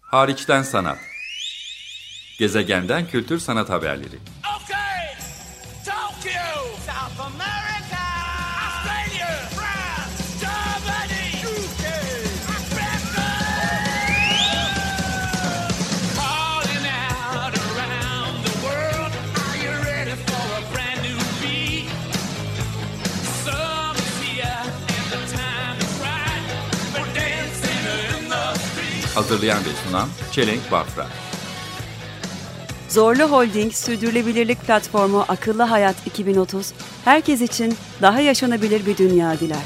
Hariçten sanat. Gezegenden kültür sanat haberleri. Okay, Tokyo, South America, Australia, France, Germany, UK, Africa. Calling out around the world, are you ready for a brand new beat? Summer's here and the time is right. We're dancing in the street. Hazırlayan ve sunan Çelenk Bafra. Zorlu Holding Sürdürülebilirlik Platformu Akıllı Hayat 2030, herkes için daha yaşanabilir bir dünya diler.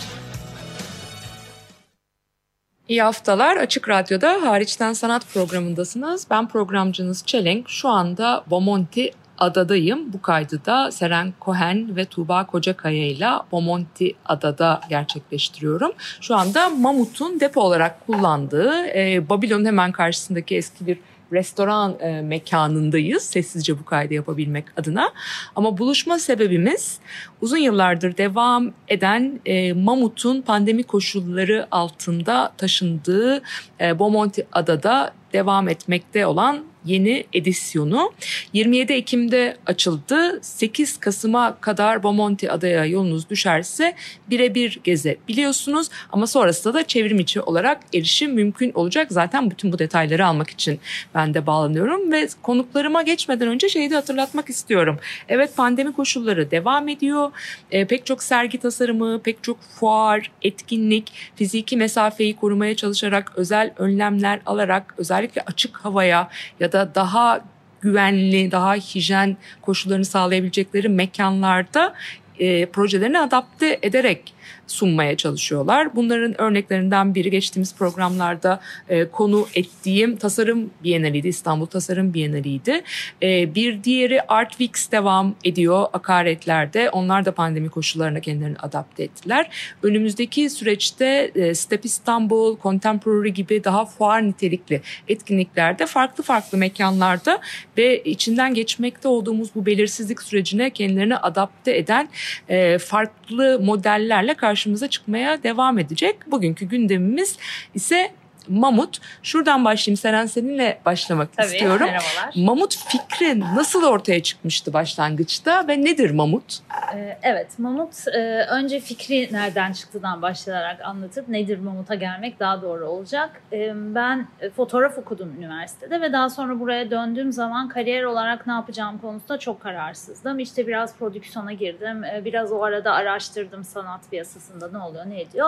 İyi haftalar. Açık Radyo'da Hariçten Sanat programındasınız. Ben programcınız Çelenk. Şu anda Bomonti Adadayım. Bu kaydı da Seren Cohen ve Tuğba Kocakaya ile Bomonti Adada gerçekleştiriyorum. Şu anda Mamut'un depo olarak kullandığı Babilon'un hemen karşısındaki eski bir restoran mekanındayız. Sessizce bu kaydı yapabilmek adına. Ama buluşma sebebimiz uzun yıllardır devam eden Mamut'un pandemi koşulları altında taşındığı Bomonti Adada devam etmekte olan yeni edisyonu 27 Ekim'de açıldı. 8 Kasım'a kadar Bomonti Adaya yolunuz düşerse birebir gezebiliyorsunuz. Ama sonrasında da çevrim içi olarak erişim mümkün olacak. Zaten bütün bu detayları almak için ben de bağlanıyorum. Ve konuklarıma geçmeden önce şeyi de hatırlatmak istiyorum. Evet, pandemi koşulları devam ediyor. Pek çok sergi tasarımı, pek çok fuar, etkinlik, fiziki mesafeyi korumaya çalışarak, özel önlemler alarak, özellikle açık havaya ya da daha güvenli, daha hijyen koşullarını sağlayabilecekleri mekanlarda projelerini adapte ederek sunmaya çalışıyorlar. Bunların örneklerinden biri geçtiğimiz programlarda konu ettiğim Tasarım Bienaliydi, İstanbul Tasarım Bienaliydi. Bir diğeri Art Weeks devam ediyor Akaretler'de. Onlar da pandemi koşullarına kendilerini adapte ettiler. Önümüzdeki süreçte Step İstanbul, Contemporary gibi daha fuar nitelikli etkinliklerde farklı mekanlarda ve içinden geçmekte olduğumuz bu belirsizlik sürecine kendilerini adapte eden farklı modellerle karşımıza çıkmaya devam edecek. Bugünkü gündemimiz ise Mamut. Şuradan başlayayım. Seren, seninle başlamak istiyorum. Merhabalar. Mamut fikri nasıl ortaya çıkmıştı başlangıçta ve nedir Mamut? Evet, Mamut önce fikri nereden çıktığından başlayarak anlatıp nedir Mamut'a gelmek daha doğru olacak. Ben fotoğraf okudum üniversitede ve daha sonra buraya döndüğüm zaman kariyer olarak ne yapacağım konusunda çok kararsızdım. İşte biraz prodüksiyona girdim, biraz o arada araştırdım sanat piyasasında ne oluyor, ne ediyor.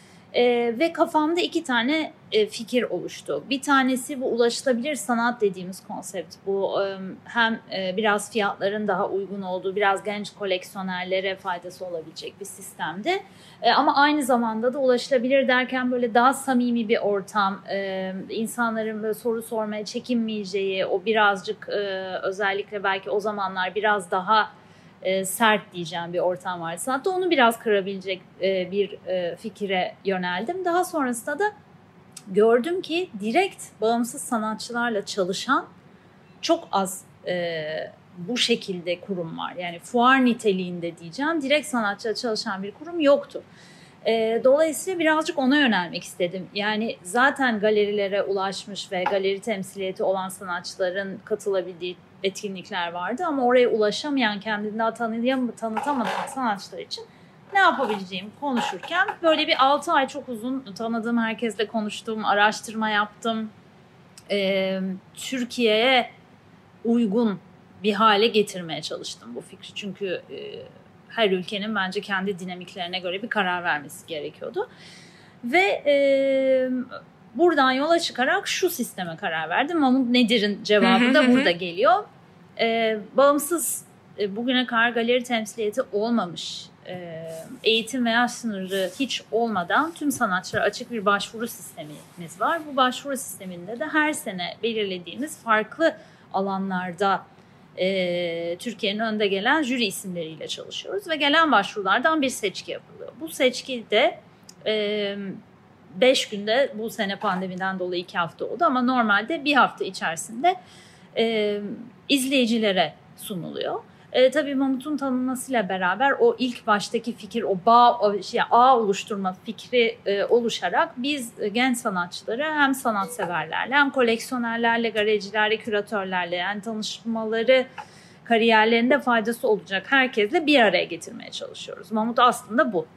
Ve kafamda 2 tane fikir oluştu. Bir tanesi bu ulaşılabilir sanat dediğimiz konsept. Bu hem biraz fiyatların daha uygun olduğu, biraz genç koleksiyonerlere faydası olabilecek bir sistemdi. Ama aynı zamanda da ulaşılabilir derken böyle daha samimi bir ortam, insanların böyle soru sormaya çekinmeyeceği, o birazcık özellikle belki o zamanlar biraz daha sert diyeceğim bir ortam vardı sanatta. Onu biraz kırabilecek bir fikire yöneldim. Daha sonrasında da gördüm ki direkt bağımsız sanatçılarla çalışan çok az bu şekilde kurum var. Yani fuar niteliğinde diyeceğim. Direkt sanatçıyla çalışan bir kurum yoktu. Dolayısıyla birazcık ona yönelmek istedim. Yani zaten galerilere ulaşmış ve galeri temsiliyeti olan sanatçıların katılabildiği etkinlikler vardı ama oraya ulaşamayan, kendini daha tanıtamayan sanatçılar için ne yapabileceğimi konuşurken böyle bir 6 ay çok uzun tanıdığım herkesle konuştum, araştırma yaptım. Türkiye'ye uygun bir hale getirmeye çalıştım bu fikri. Çünkü her ülkenin bence kendi dinamiklerine göre bir karar vermesi gerekiyordu. Ve buradan yola çıkarak şu sisteme karar verdim. Mamut nedir'in cevabı da burada geliyor. Bağımsız bugüne kadar galeri temsiliyeti olmamış, eğitim veya sınırı hiç olmadan tüm sanatçılara açık bir başvuru sistemimiz var. Bu başvuru sisteminde de her sene belirlediğimiz farklı alanlarda Türkiye'nin önde gelen jüri isimleriyle çalışıyoruz ve gelen başvurulardan bir seçki yapılıyor. Bu seçki de 5 günde, bu sene pandemiden dolayı 2 hafta oldu ama normalde 1 hafta içerisinde izleyicilere sunuluyor. Tabii Mamut'un tanınmasıyla beraber o ilk baştaki fikir, o ağ oluşturma fikri oluşarak biz genç sanatçıları hem sanatseverlerle hem koleksiyonerlerle, galericilerle, küratörlerle, yani tanışmaları, kariyerlerinde faydası olacak herkesle bir araya getirmeye çalışıyoruz. Mamut aslında bu.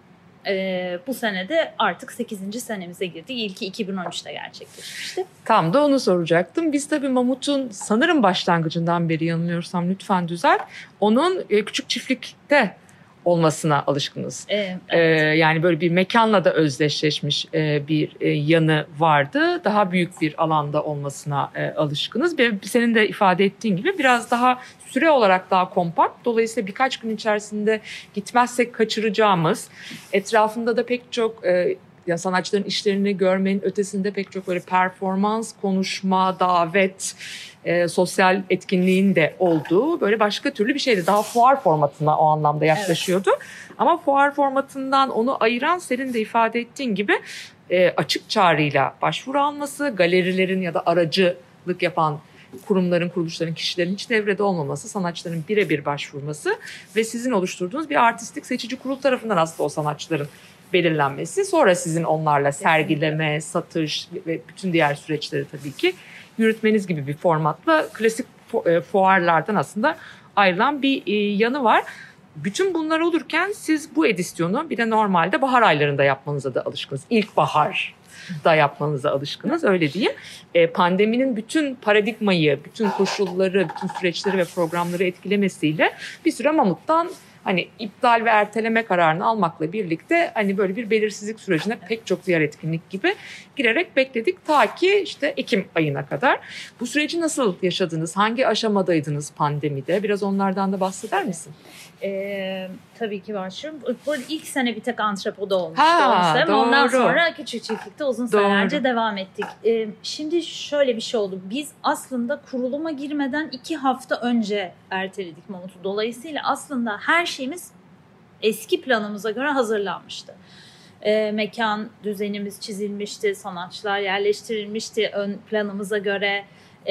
Bu sene de artık 8. senemize girdik. İlki 2013'te gerçekleşmişti. Tam da onu soracaktım. Biz tabii Mamut'un sanırım başlangıcından beri, yanılıyorsam lütfen düzelt, onun küçük çiftlikte olmasına alışkınız. Evet. Yani böyle bir mekanla da özdeşleşmiş bir yanı vardı. Daha büyük bir alanda olmasına alışkınız. Senin de ifade ettiğin gibi biraz daha süre olarak daha kompakt. Dolayısıyla birkaç gün içerisinde gitmezsek kaçıracağımız, etrafında da pek çok ya sanatçıların işlerini görmenin ötesinde pek çok böyle performans, konuşma, davet, sosyal etkinliğin de olduğu böyle başka türlü bir şeydi. Daha fuar formatına o anlamda yaklaşıyordu. Evet. Ama fuar formatından onu ayıran, senin de ifade ettiğin gibi açık çağrıyla başvuru alması, galerilerin ya da aracılık yapan kurumların, kuruluşların, kişilerin hiç devrede olmaması, sanatçıların birebir başvurması ve sizin oluşturduğunuz bir artistik seçici kurul tarafından aslında o sanatçıların belirlenmesi. Sonra sizin onlarla sergileme, satış ve bütün diğer süreçleri tabii ki yürütmeniz gibi bir formatla klasik fuarlardan aslında ayrılan bir yanı var. Bütün bunlar olurken siz bu edisyonu bir de normalde bahar aylarında yapmanıza da alışkınız. İlkbaharda yapmanıza alışkınız, öyle diyeyim. Pandeminin bütün paradigmayı, bütün koşulları, bütün süreçleri ve programları etkilemesiyle bir süre Mamut'tan hani iptal ve erteleme kararını almakla birlikte hani böyle bir belirsizlik sürecine pek çok diğer etkinlik gibi girerek bekledik ta ki işte Ekim ayına kadar. Bu süreci nasıl yaşadınız? Hangi aşamadaydınız pandemide? Biraz onlardan da bahseder misin? Tabii ki başlıyorum. Bu arada ilk sene bir tek Antrepo'da olmuştu. Ondan sonra küçük çiftlikte uzun senelerce devam ettik. Şimdi şöyle bir şey oldu. Biz aslında kuruluma girmeden 2 hafta önce erteledik Mamut'u. Dolayısıyla aslında her şeyimiz eski planımıza göre hazırlanmıştı. Mekan düzenimiz çizilmişti, sanatçılar yerleştirilmişti ön planımıza göre.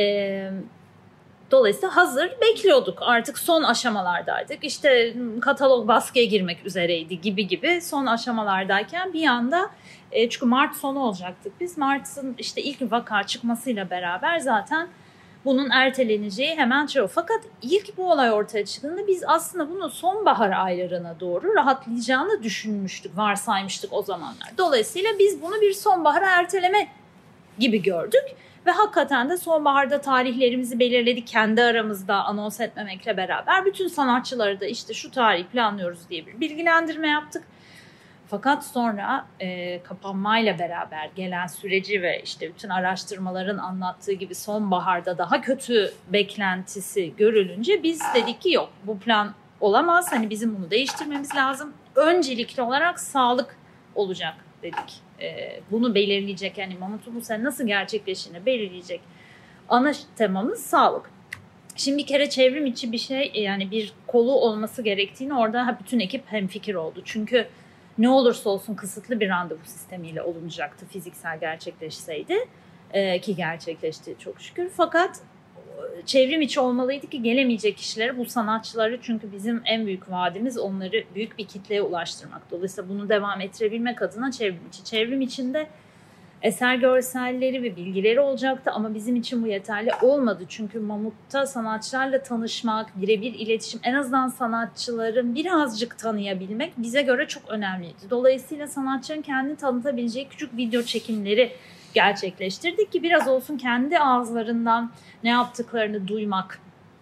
Dolayısıyla hazır bekliyorduk. Artık son aşamalardaydık. İşte katalog baskıya girmek üzereydi gibi son aşamalardayken bir anda çünkü Mart sonu olacaktık biz. Mart'ın işte ilk vaka çıkmasıyla beraber zaten bunun erteleneceği hemen çıkıyor. Fakat ilk bu olay ortaya çıktığında biz aslında bunu sonbahar aylarına doğru rahatlayacağını düşünmüştük, varsaymıştık o zamanlar. Dolayısıyla biz bunu bir sonbahara erteleme gibi gördük. Ve hakikaten de sonbaharda tarihlerimizi belirledik kendi aramızda anons etmemekle beraber. Bütün sanatçıları da işte şu tarih planlıyoruz diye bir bilgilendirme yaptık. Fakat sonra kapanmayla beraber gelen süreci ve işte bütün araştırmaların anlattığı gibi sonbaharda daha kötü beklentisi görülünce biz dedik ki yok, bu plan olamaz. Hani bizim bunu değiştirmemiz lazım. Öncelikli olarak sağlık olacak dedik. Bunu belirleyecek, yani Mamut'un bu sene nasıl gerçekleştiğini belirleyecek ana temamız sağlık. Şimdi bir kere çevrim içi bir şey, yani bir kolu olması gerektiğini orada bütün ekip hemfikir oldu. Çünkü ne olursa olsun kısıtlı bir randevu sistemiyle olunacaktı fiziksel gerçekleşseydi ki gerçekleşti çok şükür. Fakat çevrim içi olmalıydı ki gelemeyecek kişilere, bu sanatçıları, çünkü bizim en büyük vaadimiz onları büyük bir kitleye ulaştırmak. Dolayısıyla bunu devam ettirebilmek adına çevrim içi. Çevrim içinde eser görselleri ve bilgileri olacaktı ama bizim için bu yeterli olmadı. Çünkü Mamut'ta sanatçılarla tanışmak, birebir iletişim, en azından sanatçıların birazcık tanıyabilmek bize göre çok önemliydi. Dolayısıyla sanatçının kendini tanıtabileceği küçük video çekimleri gerçekleştirdik ki biraz olsun kendi ağızlarından ne yaptıklarını duymak,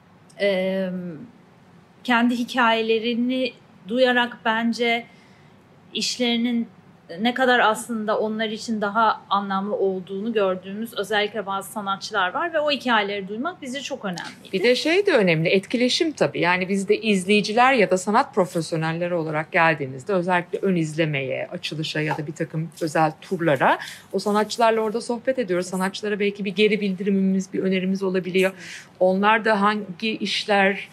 kendi hikayelerini duyarak bence işlerinin ne kadar aslında onlar için daha anlamlı olduğunu gördüğümüz özellikle bazı sanatçılar var ve o hikayeleri duymak bize çok önemliydi. Bir de şey de önemli, etkileşim tabii. Yani biz de izleyiciler ya da sanat profesyonelleri olarak geldiğimizde özellikle ön izlemeye, açılışa ya da bir takım özel turlara o sanatçılarla orada sohbet ediyoruz. Sanatçılara belki bir geri bildirimimiz, bir önerimiz olabiliyor. Onlar da hangi işler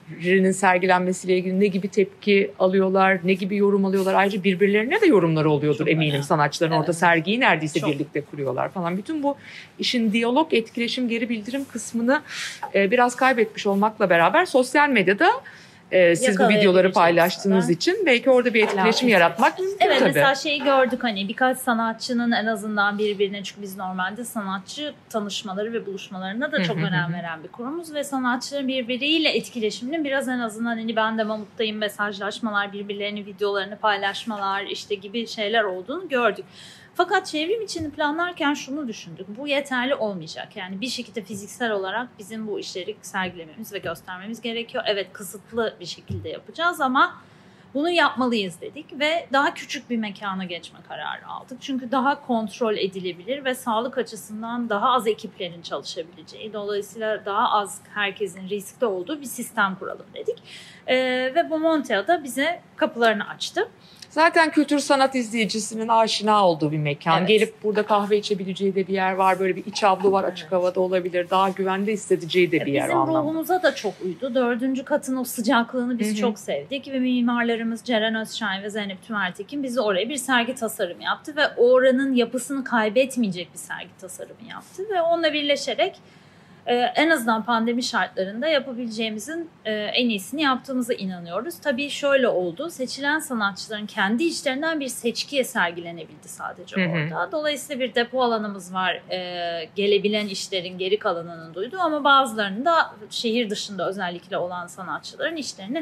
eserlerinin sergilenmesiyle ilgili ne gibi tepki alıyorlar, ne gibi yorum alıyorlar? Ayrıca birbirlerine de yorumları oluyordur Çok eminim önemli. sanatçıların. Evet. Orada sergiyi neredeyse Çok. birlikte kuruyorlar falan. Bütün bu işin diyalog, etkileşim, geri bildirim kısmını biraz kaybetmiş olmakla beraber sosyal medyada siz bu videoları Yakalayabileceğiz paylaştığınız kadar. için belki orada bir etkileşim yaratmak mümkün Evet, tabii. mesela şeyi gördük, hani birkaç sanatçının en azından birbirine, çünkü biz normalde sanatçı tanışmaları ve buluşmalarına da çok önem veren bir kurumuz ve sanatçıların birbiriyle etkileşiminin biraz en azından hani ben de Mamut'tayım mesajlaşmalar, birbirlerinin videolarını paylaşmalar işte gibi şeyler olduğunu gördük. Fakat çevrim içini planlarken şunu düşündük. Bu yeterli olmayacak. Yani bir şekilde fiziksel olarak bizim bu işleri sergilememiz ve göstermemiz gerekiyor. Evet, kısıtlı bir şekilde yapacağız ama bunu yapmalıyız dedik ve daha küçük bir mekana geçme kararı aldık. Çünkü daha kontrol edilebilir ve sağlık açısından daha az ekiplerin çalışabileceği, dolayısıyla daha az herkesin riskte olduğu bir sistem kuralım dedik. Ve Bomonti da bize kapılarını açtı. Zaten kültür sanat izleyicisinin aşina olduğu bir mekan. Evet. Gelip burada kahve içebileceği de bir yer var. Böyle bir iç avlu var, açık havada olabilir. Daha güvende hissedeceği de bir yer o Bizim anlamda. ruhumuza da çok uydu. 4. katın o sıcaklığını biz çok sevdik ve mimarlarımız Ceren Özşahin ve Zeynep Tümertekin bizi oraya bir sergi tasarımı yaptı ve oranın yapısını kaybetmeyecek bir sergi tasarımı yaptı ve onunla birleşerek en azından pandemi şartlarında yapabileceğimizin en iyisini yaptığımıza inanıyoruz. Tabii şöyle oldu. Seçilen sanatçıların kendi işlerinden bir seçkiye sergilenebildi sadece orada. Dolayısıyla bir depo alanımız var. Gelebilen işlerin geri kalanının duyduğu ama bazılarının da şehir dışında özellikle olan sanatçıların işlerini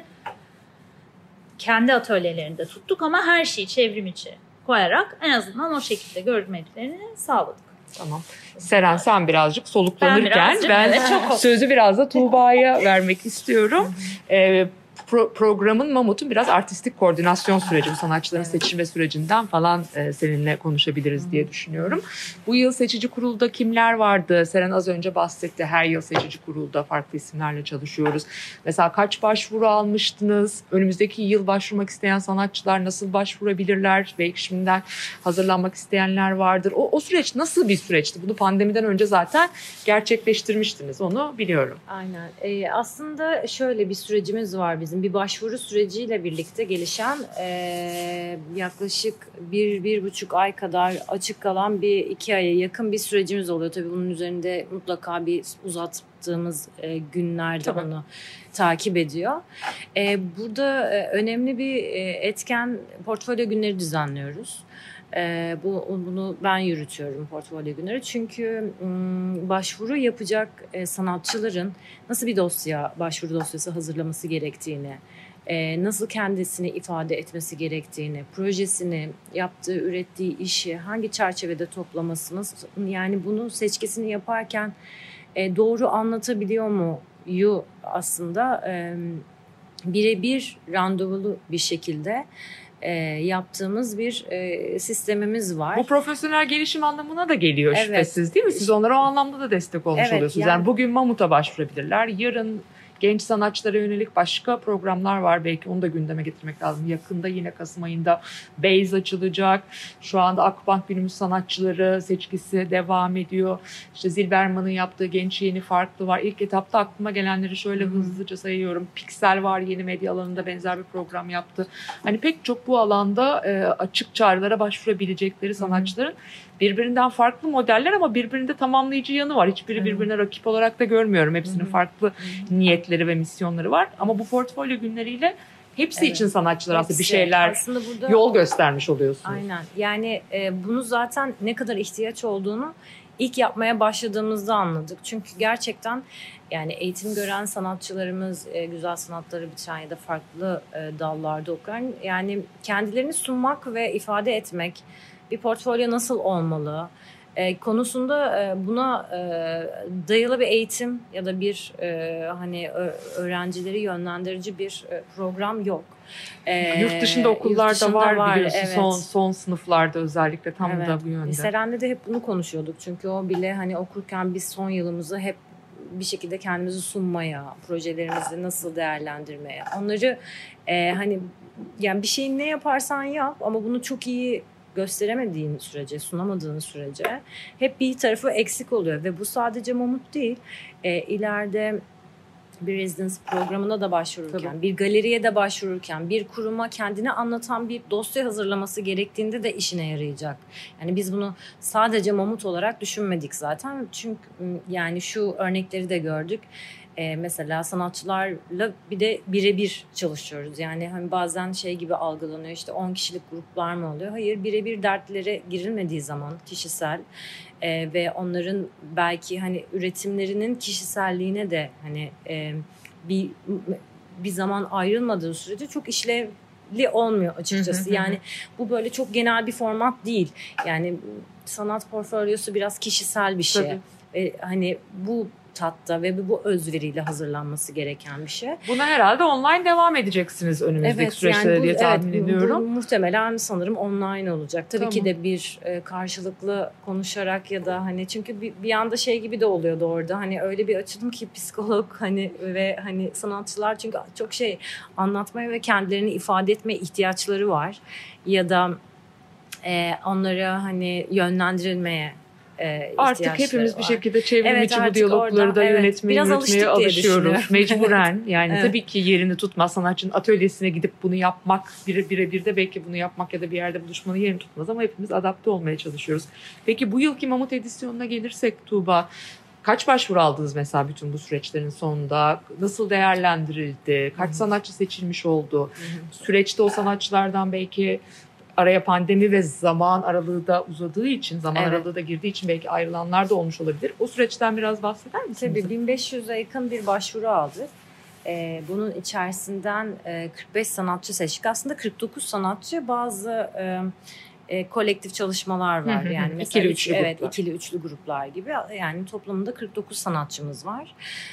kendi atölyelerinde tuttuk ama her şeyi çevrim içi koyarak en azından o şekilde görmeklerini sağladık. Tamam. Seren, sen birazcık soluklanırken Ben evet, çok sözü biraz da Tuğba'ya vermek istiyorum. Programın, Mamut'un biraz artistik koordinasyon süreci, bu sanatçıların seçilme sürecinden falan seninle konuşabiliriz diye düşünüyorum. Bu yıl seçici kurulda kimler vardı? Seren az önce bahsetti. Her yıl seçici kurulda farklı isimlerle çalışıyoruz. Mesela kaç başvuru almıştınız? Önümüzdeki yıl başvurmak isteyen sanatçılar nasıl başvurabilirler? Belki şimdiden hazırlanmak isteyenler vardır. O süreç nasıl bir süreçti? Bunu pandemiden önce zaten gerçekleştirmiştiniz. Onu biliyorum. Aynen. Aslında şöyle bir sürecimiz var bizim. Bir başvuru süreciyle birlikte gelişen yaklaşık 1-1,5 ay kadar açık kalan bir 2 aya yakın bir sürecimiz oluyor. Tabii bunun üzerinde mutlaka bir uzattığımız günlerde onu takip ediyor. Burada önemli bir etken, portfolyo günleri düzenliyoruz. Bunu ben yürütüyorum, portfolyo günleri. Çünkü başvuru yapacak sanatçıların nasıl bir başvuru dosyası hazırlaması gerektiğini, nasıl kendisini ifade etmesi gerektiğini, projesini, yaptığı, ürettiği işi hangi çerçevede toplamasını, yani bunun seçkisini yaparken doğru anlatabiliyor mu aslında birebir randevulu bir şekilde yaptığımız bir sistemimiz var. Bu profesyonel gelişim anlamına da geliyor Evet. şüphesiz, değil mi? Siz onlara o anlamda da destek olmuş Evet, oluyorsunuz. Yani bugün Mamut'a başvurabilirler. Yarın genç sanatçılara yönelik başka programlar var. Belki onu da gündeme getirmek lazım. Yakında yine Kasım ayında Beyz açılacak. Şu anda Akbank Günümüz Sanatçıları seçkisi devam ediyor. İşte Zilberman'ın yaptığı Genç Yeni Farklı var. İlk etapta aklıma gelenleri şöyle hızlıca sayıyorum. Pixel var, yeni medya alanında benzer bir program yaptı. Hani pek çok bu alanda açık çağrılara başvurabilecekleri sanatçıların birbirinden farklı modeller ama birbirinde tamamlayıcı yanı var. Hiçbiri birbirine rakip olarak da görmüyorum. Hepsinin farklı niyetleri ve misyonları var. Ama bu portfolyo günleriyle hepsi için sanatçılar aslında bir şeyler aslında burada yol göstermiş oluyorsunuz. Aynen. Yani bunu zaten ne kadar ihtiyaç olduğunu ilk yapmaya başladığımızda anladık. Çünkü gerçekten yani eğitim gören sanatçılarımız, güzel sanatları bitiren ya da farklı dallarda okuyan, yani kendilerini sunmak ve ifade etmek, bir portfolyo nasıl olmalı konusunda buna dayalı bir eğitim ya da bir hani öğrencileri yönlendirici bir program yok. Yurt dışında okullarda yurt dışında var biliyorsun, evet. son sınıflarda özellikle tam Evet. da bu yönde. Seren'de de hep bunu konuşuyorduk. Çünkü o bile hani okurken biz son yılımızı hep bir şekilde kendimizi sunmaya, projelerimizi nasıl değerlendirmeye, onları hani yani bir şeyin ne yaparsan yap ama bunu çok iyi gösteremediğin sürece, sunamadığın sürece hep bir tarafı eksik oluyor ve bu sadece Mamut değil. İleride bir residence programına da başvururken, Tabii. bir galeriye de başvururken, bir kuruma kendini anlatan bir dosya hazırlaması gerektiğinde de işine yarayacak. Yani biz bunu sadece mamut olarak düşünmedik zaten. Çünkü yani şu örnekleri de gördük. Mesela sanatçılarla bir de birebir çalışıyoruz. Yani hani bazen şey gibi algılanıyor, işte 10 kişilik gruplar mı oluyor? Hayır, birebir dertlere girilmediği zaman kişisel ve onların belki hani üretimlerinin kişiselliğine de hani bir zaman ayrılmadığı sürece çok işlevli olmuyor açıkçası. Yani bu böyle çok genel bir format değil. Yani sanat portfolyosu biraz kişisel bir şey. Hani bu tatta ve bu özveriyle hazırlanması gereken bir şey. Buna herhalde online devam edeceksiniz önümüzdeki süreçte yani diye tahmin ediyorum. Bu muhtemelen sanırım online olacak. Tabii Tamam. ki de bir karşılıklı konuşarak ya da hani çünkü bir anda şey gibi de oluyordu orada. Hani öyle bir açılım ki psikolog hani ve hani sanatçılar çünkü çok şey anlatmaya ve kendilerini ifade etme ihtiyaçları var. Ya da onlara hani yönlendirilmeye Artık hepimiz var. bir şekilde çevrim içi bu artık diyalogları oradan, da yönetmeye, biraz yürütmeye alışıyoruz. Mecburen. Yani Evet. tabii ki yerini tutmaz. Sanatçının atölyesine gidip bunu yapmak, birebir de belki bunu yapmak ya da bir yerde buluşmanın yerini tutmaz ama hepimiz adapte olmaya çalışıyoruz. Peki bu yılki Mamut edisyonuna gelirsek Tuğba, kaç başvuru aldınız mesela bütün bu süreçlerin sonunda? Nasıl değerlendirildi? Kaç sanatçı seçilmiş oldu? Süreçte o sanatçılardan belki araya pandemi ve zaman aralığı da uzadığı için, aralığı da girdiği için belki ayrılanlar da olmuş olabilir. O süreçten biraz bahseder misiniz? Tabii 1500'e yakın bir başvuru aldık. Bunun içerisinden 45 sanatçı seçtik. Aslında 49 sanatçı, bazı kolektif çalışmalar var. Yani mesela İkili üçlü gruplar. ikili üçlü gruplar gibi. Yani toplamda 49 sanatçımız var.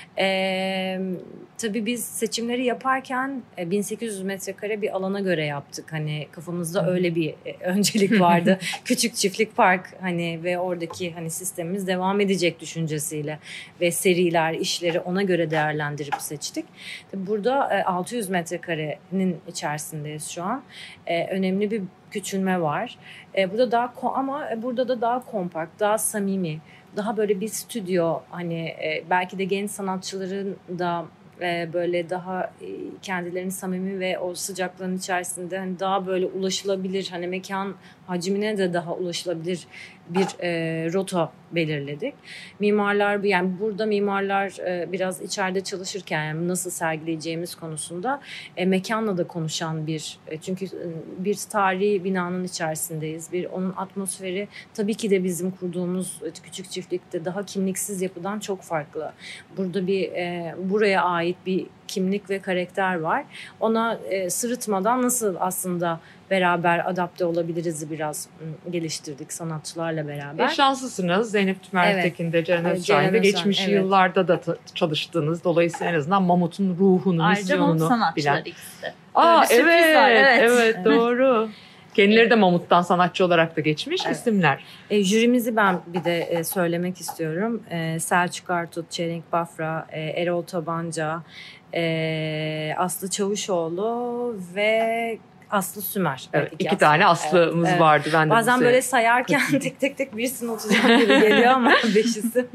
Tabii biz seçimleri yaparken 1800 metrekare bir alana göre yaptık. Hani kafamızda öyle bir öncelik vardı. Küçük çiftlik park hani ve oradaki hani sistemimiz devam edecek düşüncesiyle ve seriler, işleri ona göre değerlendirip seçtik. Tabii burada 600 metrekarenin içerisindeyiz şu an. Önemli bir küçülme var. Burada daha ama burada da daha kompakt, daha samimi, daha böyle bir stüdyo, hani belki de genç sanatçıların da böyle daha kendilerini samimi ve o sıcaklığın içerisinde hani daha böyle ulaşılabilir, hani mekan hacmine de daha ulaşılabilir bir rota belirledik. Mimarlar, yani burada mimarlar biraz içeride çalışırken yani nasıl sergileyeceğimiz konusunda mekanla da konuşan çünkü bir tarihi binanın içerisindeyiz. Onun atmosferi tabii ki de bizim kurduğumuz küçük çiftlikte daha kimliksiz yapıdan çok farklı. Burada buraya ait bir kimlik ve karakter var. Ona sırıtmadan nasıl aslında beraber adapte olabiliriz biraz geliştirdik sanatçılarla beraber. Şanslısınız. Zeynep Tümer Tekin'de, Ceren Özçay'ın da geçmiş yıllarda da çalıştınız. Dolayısıyla en azından Mamut'un ruhunu, misyonunu Mamut sanatçıları bilen. ikisi de. Evet doğru. Kendileri de Mamut'tan sanatçı olarak da geçmiş isimler. Jürimizi ben bir de söylemek istiyorum. Selçuk Artut, Çelenk Bafra, Erol Tabanca, Aslı Çavuşoğlu ve Aslı Sümer. Evet, iki tane Aslı'mız vardı. Ben de bazen böyle sayarken tek tek birisini unutacağım gibi geliyor ama 5 isim.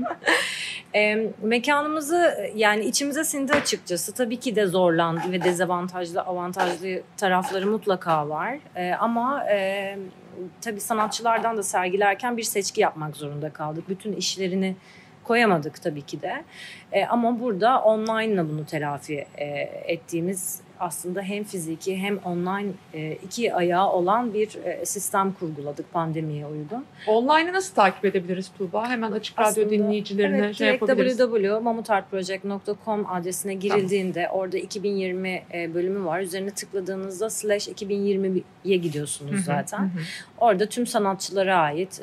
Mekanımızı yani içimize sindi açıkçası. Tabii ki de zorlandı ve dezavantajlı, avantajlı tarafları mutlaka var. Ama tabii sanatçılardan da sergilerken bir seçki yapmak zorunda kaldık. Bütün işlerini koyamadık tabii ki de. Ama burada online'la bunu telafi ettiğimiz, aslında hem fiziki hem online iki ayağı olan bir sistem kurguladık pandemiye uygun. Online'ı nasıl takip edebiliriz Tuğba? Hemen Açık Radyo dinleyicilerine yapabiliriz. www.mamutartproject.com adresine girildiğinde orada 2020 bölümü var. Üzerine tıkladığınızda /2020'ye gidiyorsunuz zaten. Orada tüm sanatçılara ait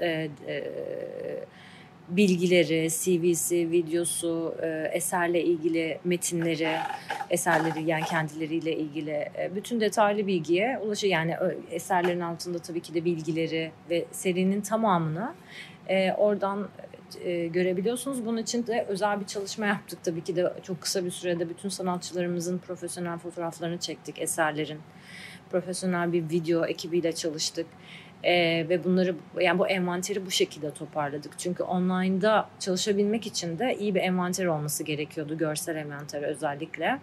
bilgileri, CV'si, videosu, eserle ilgili metinleri, eserleri yani kendileriyle ilgili bütün detaylı bilgiye ulaşıyor. Yani eserlerin altında tabii ki de bilgileri ve serinin tamamını oradan görebiliyorsunuz. Bunun için de özel bir çalışma yaptık. Tabii ki de çok kısa bir sürede bütün sanatçılarımızın profesyonel fotoğraflarını çektik, eserlerin. Profesyonel bir video ekibiyle çalıştık. Ve bunları, yani bu envanteri bu şekilde toparladık. Çünkü online'da çalışabilmek için de iyi bir envanter olması gerekiyordu. Görsel envanter özellikle.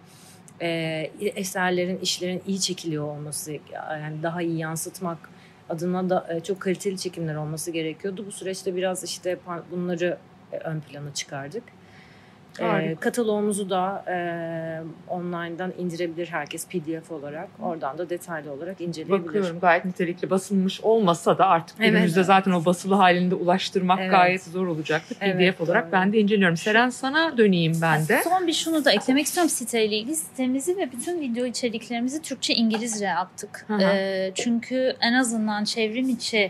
Eserlerin, işlerin iyi çekiliyor olması, yani daha iyi yansıtmak adına da çok kaliteli çekimler olması gerekiyordu. Bu süreçte biraz işte bunları ön plana çıkardık. Kataloğumuzu da online'dan indirebilir herkes PDF olarak. Oradan da detaylı olarak inceleyebilir. Bakıyorum, gayet nitelikli, basılmış olmasa da artık günümüzde zaten o basılı halinde ulaştırmak gayet zor olacaktır. PDF olarak ben de inceliyorum. Seren, sana döneyim ben de. Son bir şunu da eklemek istiyorum siteyle ilgili. Sitemizi ve bütün video içeriklerimizi Türkçe, İngilizce yaptık. Çünkü en azından çevrim içi,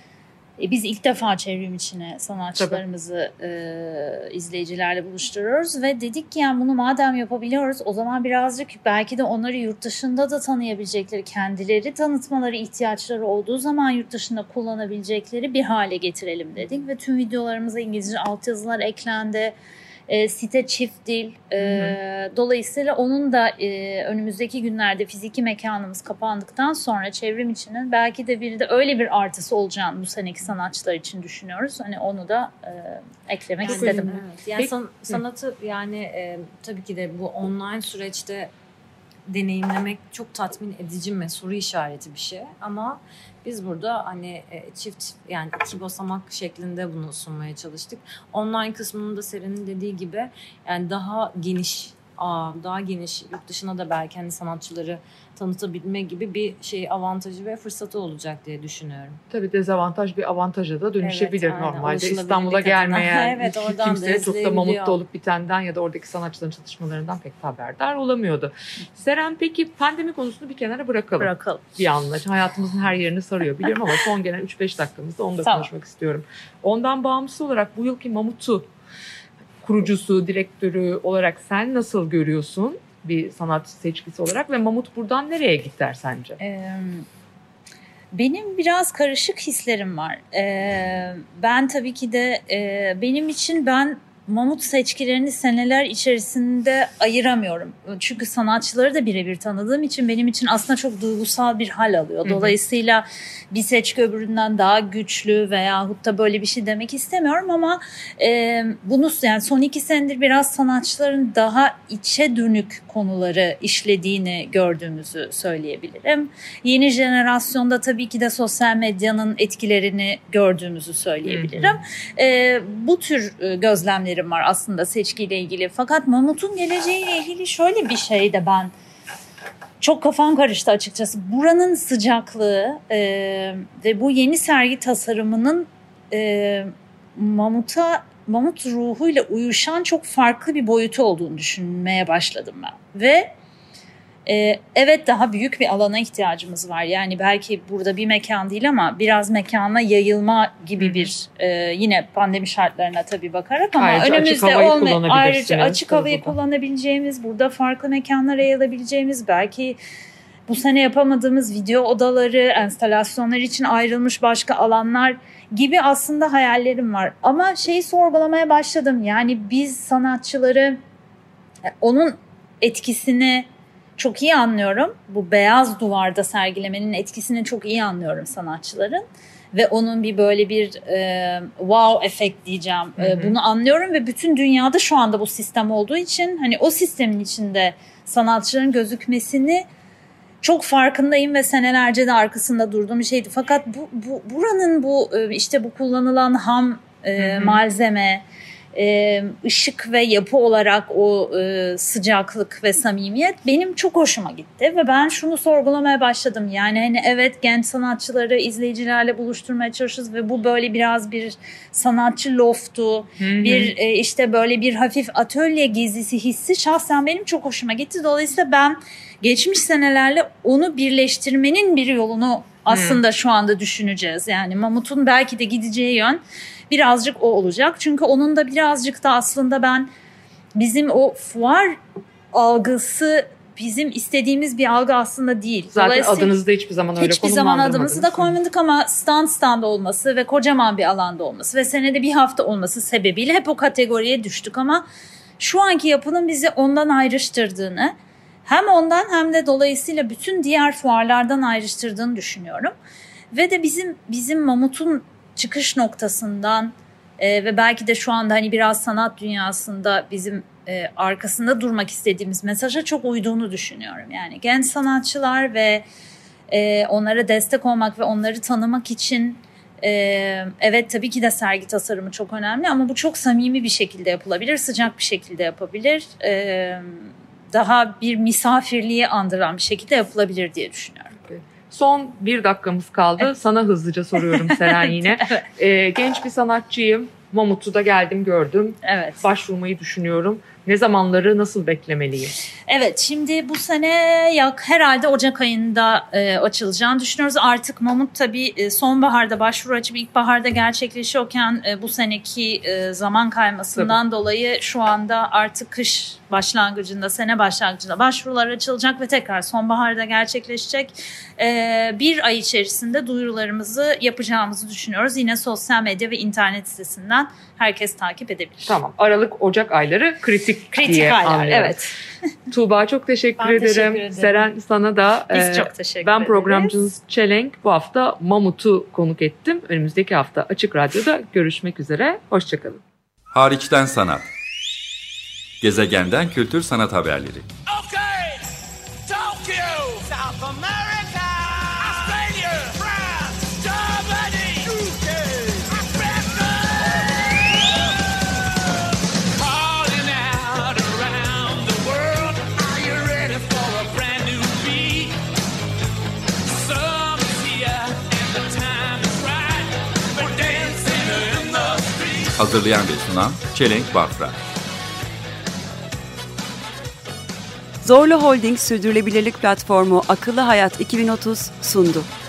biz ilk defa çevrim içine sanatçılarımızı izleyicilerle buluşturuyoruz ve dedik ki yani bunu madem yapabiliyoruz, o zaman birazcık belki de onları yurt dışında da tanıyabilecekleri, kendileri tanıtmaları ihtiyaçları olduğu zaman yurt dışında kullanabilecekleri bir hale getirelim dedik ve tüm videolarımıza İngilizce altyazılar eklendi. Site çift dil. Dolayısıyla onun da önümüzdeki günlerde fiziki mekanımız kapandıktan sonra çevrim içinin belki de bir de öyle bir artısı olacağını bu seneki sanatçılar için düşünüyoruz. Hani onu da eklemek istedim. Evet. Yani sanatı yani tabii ki de bu online süreçte deneyimlemek çok tatmin edici ve soru işareti bir şey. Ama biz burada hani çift, yani iki basamak şeklinde bunu sunmaya çalıştık. Online kısmının da Seren'in dediği gibi yani daha geniş yurt dışına da belki hani sanatçıları tanıtabilme gibi bir avantajı ve fırsatı olacak diye düşünüyorum. Tabii dezavantaj bir avantaja da dönüşebilir normalde. Ulaşılabilirlik İstanbul'a gelmeyen oradan kimse çok da Mamut'ta olup bitenden ya da oradaki sanatçıların çalışmalarından pek haberdar olamıyordu. Seren, peki pandemi konusunu bir kenara bırakalım. Bir anla. Hayatımızın her yerini sarıyor biliyorum ama son gelen 3-5 dakikamızda onu da konuşmak istiyorum. Ondan bağımsız olarak bu yılki Mamut'u kurucusu, direktörü olarak sen nasıl görüyorsun bir sanatçı seçkisi olarak ve Mamut buradan nereye gider sence? Benim biraz karışık hislerim var. Ben tabii ki de benim için Mamut seçkilerini seneler içerisinde ayıramıyorum. Çünkü sanatçıları da birebir tanıdığım için benim için aslında çok duygusal bir hal alıyor. Dolayısıyla bir seçki öbüründen daha güçlü veyahut da böyle bir şey demek istemiyorum ama bunu yani son 2 senedir biraz sanatçıların daha içe dönük konuları işlediğini gördüğümüzü söyleyebilirim. Yeni jenerasyonda tabii ki de sosyal medyanın etkilerini gördüğümüzü söyleyebilirim. Bu tür gözlemlerim var aslında seçkiyle ilgili. Fakat Mamut'un geleceğiyle ilgili şöyle bir şey de ben çok kafam karıştı açıkçası. Buranın sıcaklığı ve bu yeni sergi tasarımının Mamut ruhuyla uyuşan çok farklı bir boyutu olduğunu düşünmeye başladım ben. Ve evet, daha büyük bir alana ihtiyacımız var. Yani belki burada bir mekan değil ama biraz mekana yayılma gibi bir yine pandemi şartlarına tabii bakarak ama ayrıca önümüzde ayrıca açık havayı burada kullanabileceğimiz, burada farklı mekanlara yayılabileceğimiz, belki bu sene yapamadığımız video odaları, enstalasyonlar için ayrılmış başka alanlar gibi aslında hayallerim var. Ama sorgulamaya başladım. Yani biz sanatçıları, onun etkisini çok iyi anlıyorum. Bu beyaz duvarda sergilemenin etkisini çok iyi anlıyorum sanatçıların. Ve onun böyle bir wow efekt diyeceğim. Bunu anlıyorum ve bütün dünyada şu anda bu sistem olduğu için hani o sistemin içinde sanatçıların gözükmesini çok farkındayım ve senelerce de arkasında durduğum bir şeydi. Fakat buranın işte bu kullanılan ham malzeme, ışık ve yapı olarak o sıcaklık ve samimiyet benim çok hoşuma gitti ve ben şunu sorgulamaya başladım. Yani hani evet, genç sanatçıları izleyicilerle buluşturmaya çalışıyoruz ve bu böyle biraz bir sanatçı loftu, bir işte böyle bir hafif atölye gezisi hissi şahsen benim çok hoşuma gitti. Dolayısıyla ben geçmiş senelerle onu birleştirmenin bir yolunu aslında şu anda düşüneceğiz. Yani Mamut'un belki de gideceği yön birazcık o olacak. Çünkü onun da birazcık da aslında bizim o fuar algısı bizim istediğimiz bir algı aslında değil. Zaten adınızı da hiçbir zaman öyle hiçbir zaman adımızı da koymadık ama stand olması ve kocaman bir alanda olması ve senede bir hafta olması sebebiyle hep o kategoriye düştük ama şu anki yapının bizi ondan ayrıştırdığını, hem ondan hem de dolayısıyla bütün diğer fuarlardan ayrıştırdığını düşünüyorum. Ve de bizim Mamut'un çıkış noktasından ve belki de şu anda hani biraz sanat dünyasında bizim arkasında durmak istediğimiz mesaja çok uyduğunu düşünüyorum. Yani genç sanatçılar ve onlara destek olmak ve onları tanımak için evet tabii ki de sergi tasarımı çok önemli ama bu çok samimi bir şekilde yapılabilir, sıcak bir şekilde yapabilir. Daha bir misafirliği andıran bir şekilde yapılabilir diye düşünüyorum. Son 1 dakikamız kaldı. Evet. Sana hızlıca soruyorum Seren yine. Genç bir sanatçıyım. Mamut'u da geldim gördüm. Evet. Başvurmayı düşünüyorum. Ne zamanları nasıl beklemeliyim? Evet, şimdi bu sene herhalde Ocak ayında açılacağını düşünüyoruz. Artık Mamut tabii sonbaharda başvuru açıp ilkbaharda gerçekleşiyorken bu seneki zaman kaymasından dolayı şu anda artık kış başlangıcında, sene başlangıcında başvurular açılacak ve tekrar sonbaharda gerçekleşecek. 1 ay içerisinde duyurularımızı yapacağımızı düşünüyoruz. Yine sosyal medya ve internet sitesinden herkes takip edebilir. Tamam. Aralık-Ocak ayları kritik diye aylar, anlıyorum. evet. Tuğba çok teşekkür Ben teşekkür ederim. ederim. Seren sana da Biz çok teşekkür ben ederiz. programcınız Çelenk. Bu hafta Mamut'u konuk ettim. Önümüzdeki hafta Açık Radyo'da görüşmek üzere. Hoşçakalın. Hariçten sanat. Gezegenden kültür sanat haberleri. Okay, Tokyo, South America, Australia, France, Germany, UK, Africa. Calling out around the world, are you ready for a brand new beat? Summer's here and the time is right. We're dancing in the street. Hazırlayan ve sunan Çelenk Bafra. Zorlu Holding Sürdürülebilirlik Platformu Akıllı Hayat 2030 sundu.